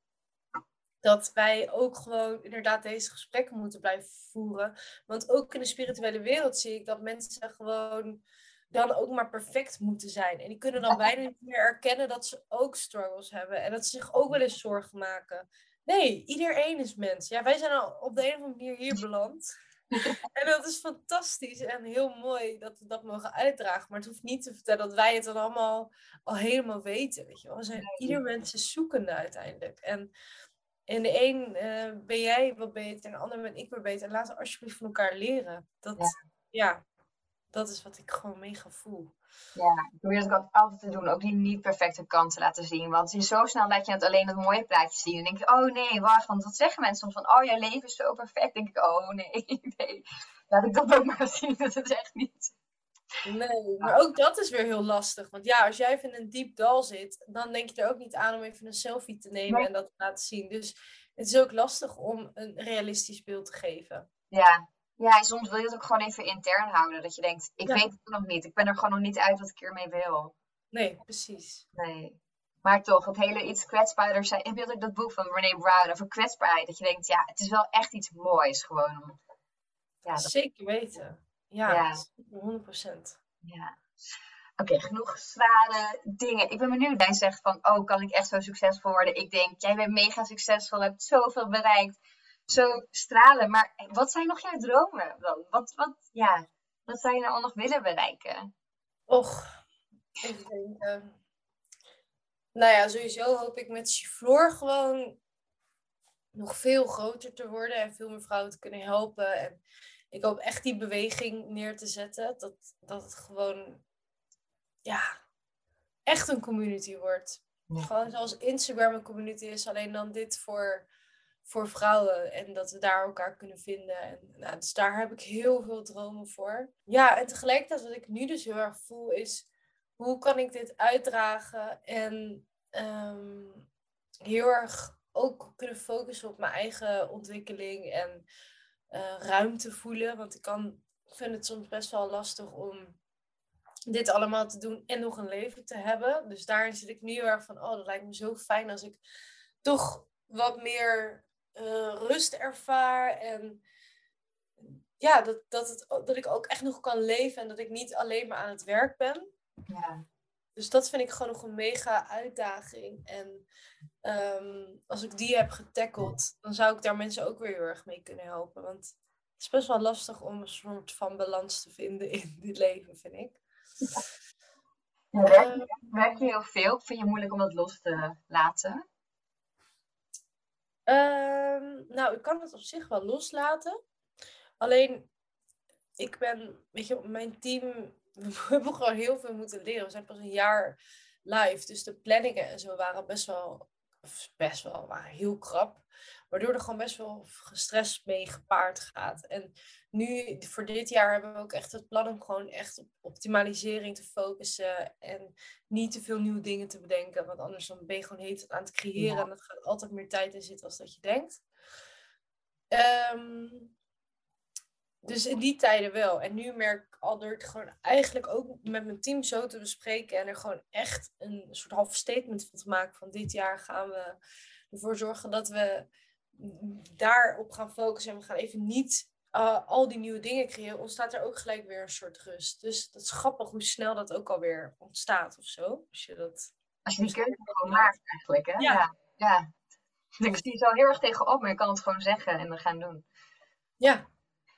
dat wij ook gewoon inderdaad deze gesprekken moeten blijven voeren. Want ook in de spirituele wereld zie ik dat mensen gewoon dan ook maar perfect moeten zijn. En die kunnen dan bijna niet meer erkennen dat ze ook struggles hebben. En dat ze zich ook wel eens zorgen maken. Nee, iedereen is mens. Ja, wij zijn al op de een of andere manier hier beland. En dat is fantastisch en heel mooi dat we dat mogen uitdragen. Maar het hoeft niet te vertellen dat wij het dan allemaal al helemaal weten. Weet je wel. We zijn, ieder mens is zoekende uiteindelijk. En in de een uh, ben jij wat beter en de ander ben ik weer beter. En laten we alsjeblieft van elkaar leren. Dat, ja. ja, dat is wat ik gewoon mega voel. Ja, ik probeer dat ook altijd te doen. Ook die niet perfecte kant te laten zien. Want je zo snel laat je het alleen het mooie plaatje zien. En denk je, oh nee, wacht. Want dat zeggen mensen soms van, oh, jouw leven is zo perfect. denk ik, oh nee, nee. Laat ik dat ook maar zien. Dat is echt niet. Nee, maar ook dat is weer heel lastig. Want ja, als jij even in een diep dal zit, dan denk je er ook niet aan om even een selfie te nemen nee. en dat te laten zien. Dus het is ook lastig om een realistisch beeld te geven. Ja. Ja, en soms wil je het ook gewoon even intern houden. Dat je denkt, ik ja. weet het nog niet. Ik ben er gewoon nog niet uit wat ik ermee wil. Nee, precies. Nee. Maar toch, het hele iets kwetsbaarder zijn. Heb je ook dat boek van Brené Brown over kwetsbaarheid? Dat je denkt, ja, het is wel echt iets moois gewoon. Ja, dat... Zeker weten. Ja, ja. honderd procent. Ja. Oké, okay, genoeg zware dingen. Ik ben benieuwd. Jij zegt van, oh, kan ik echt zo succesvol worden? Ik denk, jij bent mega succesvol, hebt zoveel bereikt. Zo stralen. Maar wat zijn nog jouw dromen dan? Wat, wat, ja, wat zou je nou al nog willen bereiken? Och, ik denk... Uh... Nou ja, sowieso hoop ik met Chiflor gewoon nog veel groter te worden. En veel meer vrouwen te kunnen helpen. En ik hoop echt die beweging neer te zetten. Dat, dat het gewoon... Ja, echt een community wordt. Ja. Gewoon zoals Instagram een community is. Alleen dan dit voor... voor vrouwen. En dat we daar elkaar kunnen vinden. En, nou, dus daar heb ik heel veel dromen voor. Ja, en tegelijkertijd wat ik nu dus heel erg voel is... Hoe kan ik dit uitdragen en um, heel erg ook kunnen focussen op mijn eigen ontwikkeling en uh, ruimte voelen. Want ik kan, vind het soms best wel lastig om dit allemaal te doen en nog een leven te hebben. Dus daarin zit ik nu heel erg van, oh, dat lijkt me zo fijn als ik toch wat meer uh, rust ervaar. En ja, dat, dat, het, dat ik ook echt nog kan leven en dat ik niet alleen maar aan het werk ben. Ja. Dus dat vind ik gewoon nog een mega uitdaging. En um, als ik die heb getackled, dan zou ik daar mensen ook weer heel erg mee kunnen helpen. Want het is best wel lastig om een soort van balans te vinden in dit leven, vind ik. Ja, werk, je, werk je heel veel? Vind je het moeilijk om dat los te laten? Um, nou, ik kan het op zich wel loslaten. Alleen, ik ben, weet je, mijn team, we hebben gewoon heel veel moeten leren. We zijn pas een jaar live, dus de planningen en zo waren best wel, best wel, waren heel krap. Waardoor er gewoon best wel stress mee gepaard gaat. En nu, voor dit jaar, hebben we ook echt het plan om gewoon echt op optimalisering te focussen. En niet te veel nieuwe dingen te bedenken. Want anders dan ben je gewoon heet aan het creëren. Ja. En dat gaat altijd meer tijd in zitten als dat je denkt. Um, dus in die tijden wel. En nu merk ik al door het gewoon eigenlijk ook met mijn team zo te bespreken. En er gewoon echt een soort half statement van te maken. Van dit jaar gaan we ervoor zorgen dat we daarop gaan focussen. En we gaan even niet uh, al die nieuwe dingen creëren. Ontstaat er ook gelijk weer een soort rust. Dus dat is grappig hoe snel dat ook alweer ontstaat of zo. Als je dat... Als je die keuze gewoon maakt eigenlijk, hè? Ja. Ja. ja. Ik zie zo heel erg tegenop, maar je kan het gewoon zeggen en dan gaan doen. Ja.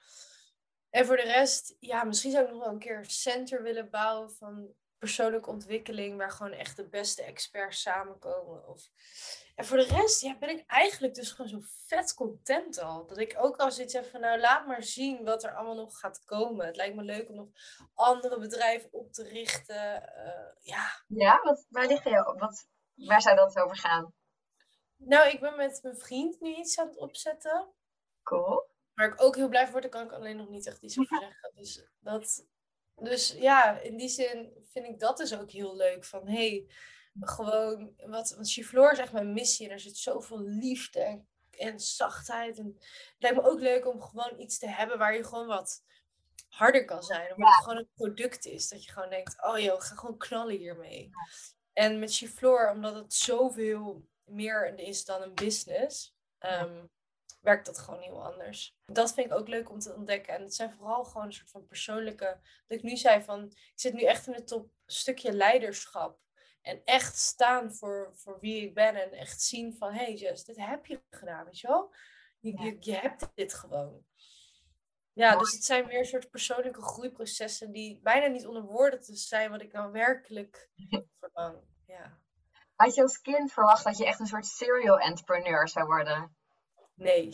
En voor de rest, ja, misschien zou ik nog wel een keer een center willen bouwen van persoonlijke ontwikkeling, waar gewoon echt de beste experts samenkomen. Of... En voor de rest, ja, ben ik eigenlijk dus gewoon zo vet content al. Dat ik ook al zoiets heb van, nou, laat maar zien wat er allemaal nog gaat komen. Het lijkt me leuk om nog andere bedrijven op te richten. Uh, ja, ja wat, waar lig je op? Wat, waar zou dat over gaan? Nou, ik ben met mijn vriend nu iets aan het opzetten. Cool. Waar ik ook heel blij van word, daar kan ik alleen nog niet echt iets over zeggen. Dus, dat, dus ja, in die zin vind ik dat dus ook heel leuk. Van hé, hey, gewoon, wat, want Chiflor is echt mijn missie. En er zit zoveel liefde en, en zachtheid. En het lijkt me ook leuk om gewoon iets te hebben waar je gewoon wat harder kan zijn. Omdat ja. het gewoon een product is. Dat je gewoon denkt, oh joh, ga gewoon knallen hiermee. En met Chiflor, omdat het zoveel meer is dan een business... Um, werkt dat gewoon heel anders. Dat vind ik ook leuk om te ontdekken. En het zijn vooral gewoon een soort van persoonlijke... Dat ik nu zei van... Ik zit nu echt in het top stukje leiderschap. En echt staan voor, voor wie ik ben. En echt zien van... Hé hey Jess, dit heb je gedaan, weet je wel? Je, ja. je, je hebt dit gewoon. Ja, dus het zijn meer een soort persoonlijke groeiprocessen... die bijna niet onder woorden te zijn... wat ik nou werkelijk verlang. Ja. Had je als kind verwacht dat je echt een soort serial entrepreneur zou worden? Nee.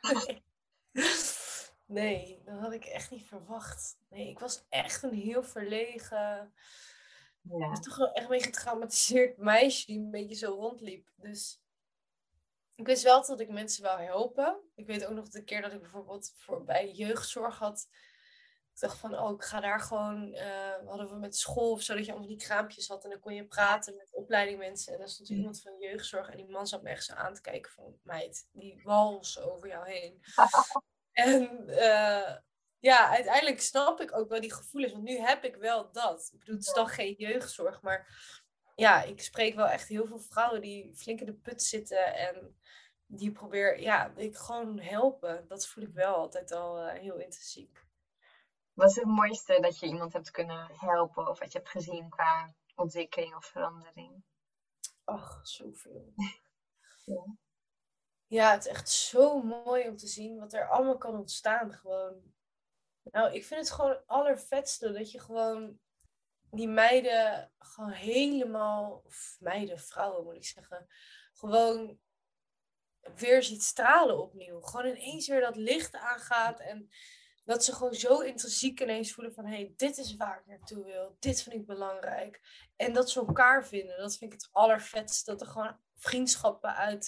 Nee, dat had ik echt niet verwacht. Nee, ik was echt een heel verlegen... Ja. Ik was toch wel echt een beetje getraumatiseerd meisje die een beetje zo rondliep. Dus ik wist wel dat ik mensen wou helpen. Ik weet ook nog de keer dat ik bijvoorbeeld voor, bij jeugdzorg had... Ik dacht van, oh, ik ga daar gewoon... Uh, hadden we met school of zo, dat je allemaal die kraampjes had. En dan kon je praten met opleiding mensen. En dan stond er iemand van jeugdzorg. En die man zat me echt zo aan te kijken van... Meid, die wals over jou heen. En uh, ja, uiteindelijk snap ik ook wel die gevoelens. Want nu heb ik wel dat. Ik bedoel, het is dan geen jeugdzorg. Maar ja, ik spreek wel echt heel veel vrouwen die flink in de put zitten. En die probeer, ja, ik gewoon helpen. Dat voel ik wel altijd al uh, heel intensief. Wat is het mooiste dat je iemand hebt kunnen helpen of wat je hebt gezien qua ontwikkeling of verandering? Ach, zoveel. Ja. Ja, het is echt zo mooi om te zien wat er allemaal kan ontstaan. Gewoon. Nou, ik vind het gewoon het allervetste dat je gewoon die meiden gewoon helemaal, of meiden, vrouwen moet ik zeggen, gewoon weer ziet stralen opnieuw. Gewoon ineens weer dat licht aangaat en dat ze gewoon zo intrinsiek ineens voelen van... hé, hey, dit is waar ik naartoe wil. Dit vind ik belangrijk. En dat ze elkaar vinden. Dat vind ik het allervetste. Dat er gewoon vriendschappen uit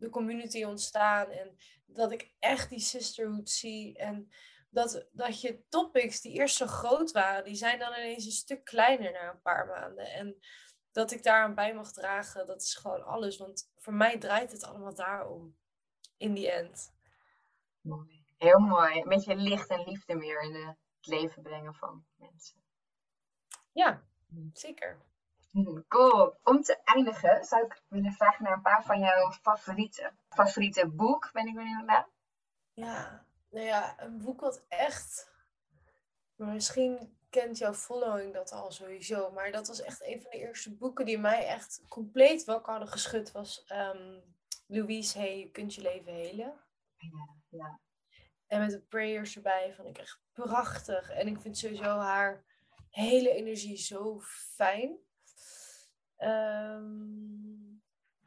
de community ontstaan. En dat ik echt die sisterhood zie. En dat, dat je topics die eerst zo groot waren, die zijn dan ineens een stuk kleiner na een paar maanden. En dat ik daaraan bij mag dragen, dat is gewoon alles. Want voor mij draait het allemaal daarom. In the end. Mooi. Heel mooi. Een beetje licht en liefde meer in de, het leven brengen van mensen. Ja, zeker. Cool. Om te eindigen zou ik willen vragen naar een paar van jouw favorieten. Favoriete boek, ben ik benieuwd naar. Ja, nou ja, een boek wat echt... Maar misschien kent jouw following dat al sowieso. Maar dat was echt een van de eerste boeken die mij echt compleet wakker hadden geschud. Was um, Louise Hay, Je kunt je leven helen. Ja, ja. En met de prayers erbij vond ik echt prachtig. En ik vind sowieso haar hele energie zo fijn. Um,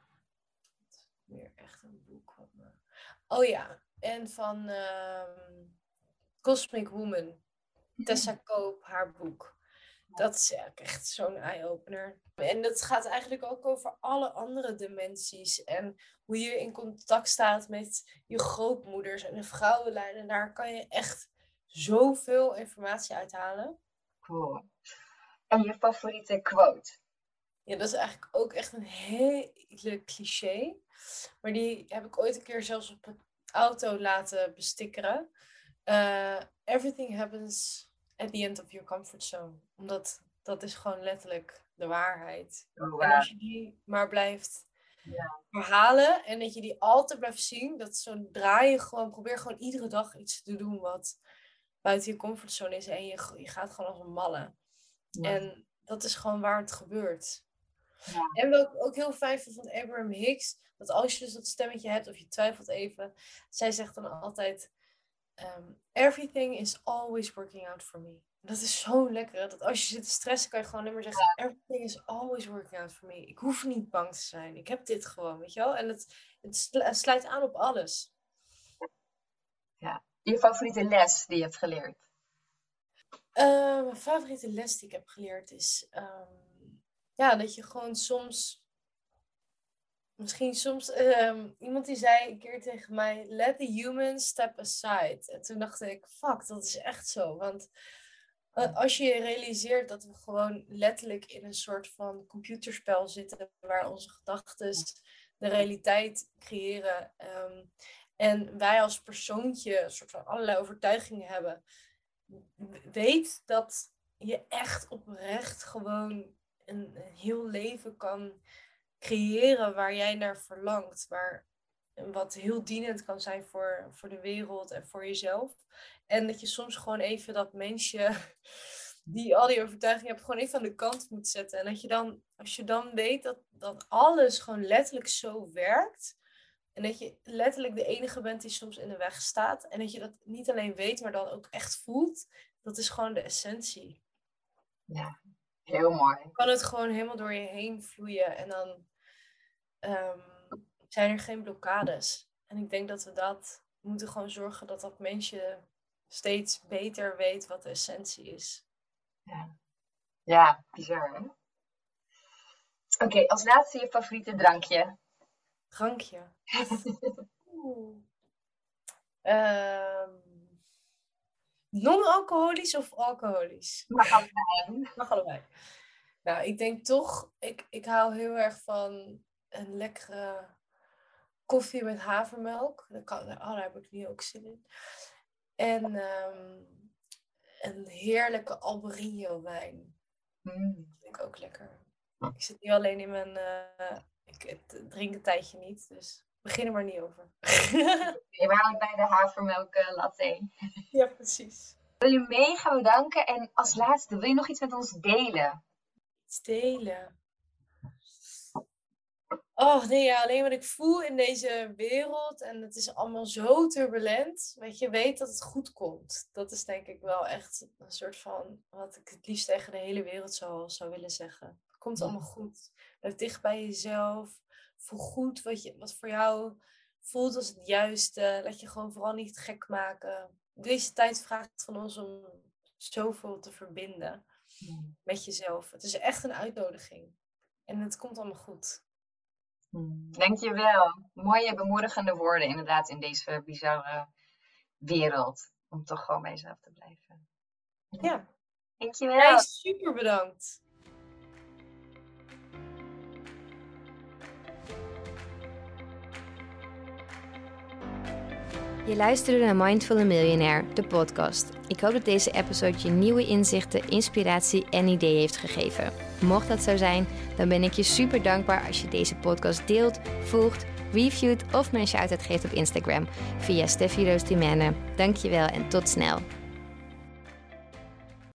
meer echt een boek. Wat me... Oh ja, en van um, Cosmic Woman. Tessa Koop, haar boek. Dat is echt zo'n eye-opener. En dat gaat eigenlijk ook over alle andere dimensies. En hoe je in contact staat met je grootmoeders en de vrouwenlijnen. Daar kan je echt zoveel informatie uithalen. Cool. En je favoriete quote? Ja, dat is eigenlijk ook echt een hele cliché. Maar die heb ik ooit een keer zelfs op een auto laten bestikkeren. Uh, everything happens at the end of your comfort zone. Omdat dat is gewoon letterlijk de waarheid. Oh, wow. En als je die maar blijft ja. herhalen en dat je die altijd blijft zien, dat zodra je gewoon, probeer gewoon iedere dag iets te doen wat buiten je comfortzone is en je, je gaat gewoon als een malle. Ja. En dat is gewoon waar het gebeurt. Ja. En wat ik ook heel fijn vind van Abraham Hicks, dat als je dus dat stemmetje hebt of je twijfelt even, zij zegt dan altijd... Um, everything is always working out for me. Dat is zo lekker. Dat als je zit te stressen, kan je gewoon alleen maar zeggen... Ja. Everything is always working out for me. Ik hoef niet bang te zijn. Ik heb dit gewoon, weet je wel? En het, het sluit aan op alles. Ja. Je favoriete les die je hebt geleerd? Uh, mijn favoriete les die ik heb geleerd is... Um, ja, dat je gewoon soms... Misschien soms, um, iemand die zei een keer tegen mij, let the humans step aside. En toen dacht ik, fuck, dat is echt zo. Want uh, als je realiseert dat we gewoon letterlijk in een soort van computerspel zitten, waar onze gedachten de realiteit creëren. Um, en wij als persoontje een soort van allerlei overtuigingen hebben. Weet dat je echt oprecht gewoon een, een heel leven kan creëren waar jij naar verlangt. Waar, wat heel dienend kan zijn voor, voor de wereld en voor jezelf. En dat je soms gewoon even dat mensje die al die overtuigingen hebt, gewoon even aan de kant moet zetten. En dat je dan, als je dan weet dat, dat alles gewoon letterlijk zo werkt. En dat je letterlijk de enige bent die soms in de weg staat. En dat je dat niet alleen weet, maar dan ook echt voelt. Dat is gewoon de essentie. Ja, heel mooi. Je kan het gewoon helemaal door je heen vloeien. En dan um, zijn er geen blokkades. En ik denk dat we dat moeten gewoon zorgen dat dat mensje steeds beter weet wat de essentie is. Ja, ja, bizar hè? Oké, okay, als laatste je favoriete drankje. Drankje? um, non-alcoholisch of alcoholisch? Mag allebei. Mag allebei. Nou, ik denk toch, ik, ik hou heel erg van een lekkere koffie met havermelk. Dat kan, oh, daar heb ik nu ook zin in. En um, een heerlijke Albarino wijn. Mm. Dat vind ik ook lekker. Ik zit nu alleen in mijn... Uh, ik drink een tijdje niet, dus begin er maar niet over. Je waren bij de havermelk uh, latte. Ja, precies. Ik wil je mega bedanken. En als laatste, wil je nog iets met ons delen? Iets delen? Oh nee, ja, alleen wat ik voel in deze wereld. En het is allemaal zo turbulent. Weet je, weet dat het goed komt. Dat is denk ik wel echt een soort van... wat ik het liefst tegen de hele wereld zou, zou willen zeggen. Het komt allemaal goed. Blijf dicht bij jezelf. Voel goed wat, je, wat voor jou voelt als het juiste. Laat je gewoon vooral niet gek maken. Deze tijd vraagt van ons om zoveel te verbinden met jezelf. Het is echt een uitnodiging. En het komt allemaal goed. Hmm, dankjewel. Mooie bemoedigende woorden inderdaad in deze bizarre wereld. Om toch gewoon bij jezelf te blijven. Ja. Dankjewel. Jij super bedankt. Je luisterde naar Mindful Millionaire, de podcast. Ik hoop dat deze episode je nieuwe inzichten, inspiratie en ideeën heeft gegeven. Mocht dat zo zijn, dan ben ik je super dankbaar als je deze podcast deelt, volgt, reviewt of me een shout-out geeft op Instagram via Steffi Roos Timene. Dankjewel en tot snel.